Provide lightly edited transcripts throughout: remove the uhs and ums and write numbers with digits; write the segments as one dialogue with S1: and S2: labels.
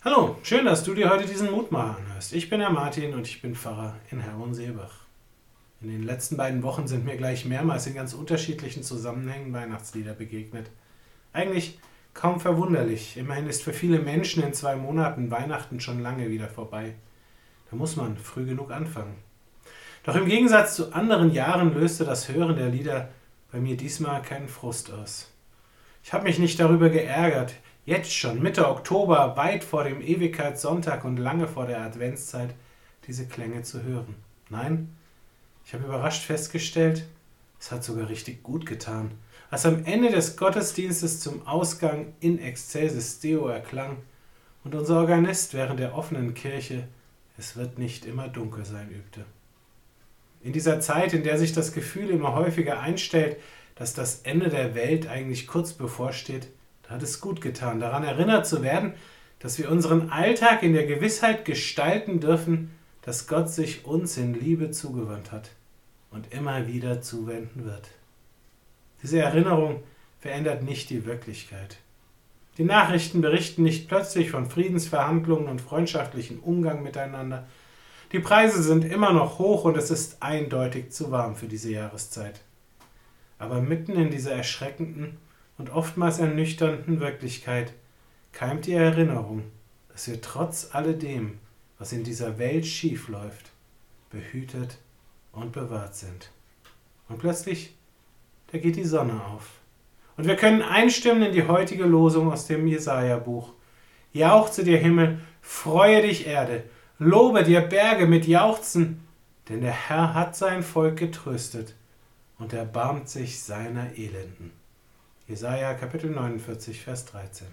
S1: Hallo, schön, dass du dir heute diesen Mutmacher anhörst. Ich bin der Martin und ich bin Pfarrer in Herborn-Seebach. In den letzten beiden Wochen sind mir gleich mehrmals in ganz unterschiedlichen Zusammenhängen Weihnachtslieder begegnet. Eigentlich kaum verwunderlich. Immerhin ist für viele Menschen in 2 Monaten Weihnachten schon lange wieder vorbei. Da muss man früh genug anfangen. Doch im Gegensatz zu anderen Jahren löste das Hören der Lieder bei mir diesmal keinen Frust aus. Ich habe mich nicht darüber geärgert, jetzt schon Mitte Oktober, weit vor dem Ewigkeitssonntag und lange vor der Adventszeit, diese Klänge zu hören. Nein, ich habe überrascht festgestellt, es hat sogar richtig gut getan. Als am Ende des Gottesdienstes zum Ausgang In Excelsis Deo erklang und unser Organist während der offenen Kirche Es wird nicht immer dunkel sein übte. In dieser Zeit, in der sich das Gefühl immer häufiger einstellt, dass das Ende der Welt eigentlich kurz bevorsteht, da hat es gut getan, daran erinnert zu werden, dass wir unseren Alltag in der Gewissheit gestalten dürfen, dass Gott sich uns in Liebe zugewandt hat und immer wieder zuwenden wird. Diese Erinnerung verändert nicht die Wirklichkeit. Die Nachrichten berichten nicht plötzlich von Friedensverhandlungen und freundschaftlichem Umgang miteinander. Die Preise sind immer noch hoch und es ist eindeutig zu warm für diese Jahreszeit. Aber mitten in dieser erschreckenden und oftmals ernüchternden Wirklichkeit keimt die Erinnerung, dass wir trotz alledem, was in dieser Welt schief läuft, behütet und bewahrt sind. Und plötzlich, da geht die Sonne auf. Und wir können einstimmen in die heutige Losung aus dem Jesaja-Buch. Jauchze dir Himmel, freue dich Erde, lobe dir Berge mit Jauchzen, denn der Herr hat sein Volk getröstet und erbarmt sich seiner Elenden. Jesaja Kapitel 49, Vers 13.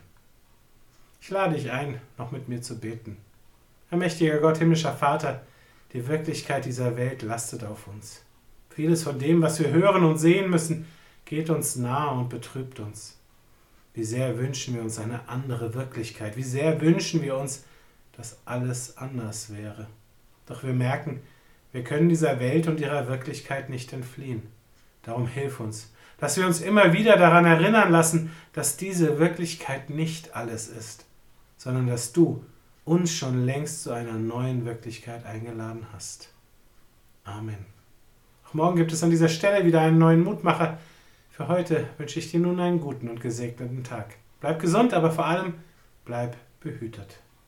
S1: Ich lade dich ein, noch mit mir zu beten. Allmächtiger Gott, himmlischer Vater, die Wirklichkeit dieser Welt lastet auf uns. Vieles von dem, was wir hören und sehen müssen, geht uns nahe und betrübt uns. Wie sehr wünschen wir uns eine andere Wirklichkeit. Wie sehr wünschen wir uns, dass alles anders wäre. Doch wir merken, wir können dieser Welt und ihrer Wirklichkeit nicht entfliehen. Darum hilf uns, dass wir uns immer wieder daran erinnern lassen, dass diese Wirklichkeit nicht alles ist, sondern dass du uns schon längst zu einer neuen Wirklichkeit eingeladen hast. Amen. Auch morgen gibt es an dieser Stelle wieder einen neuen Mutmacher. Für heute wünsche ich dir nun einen guten und gesegneten Tag. Bleib gesund, aber vor allem bleib behütet.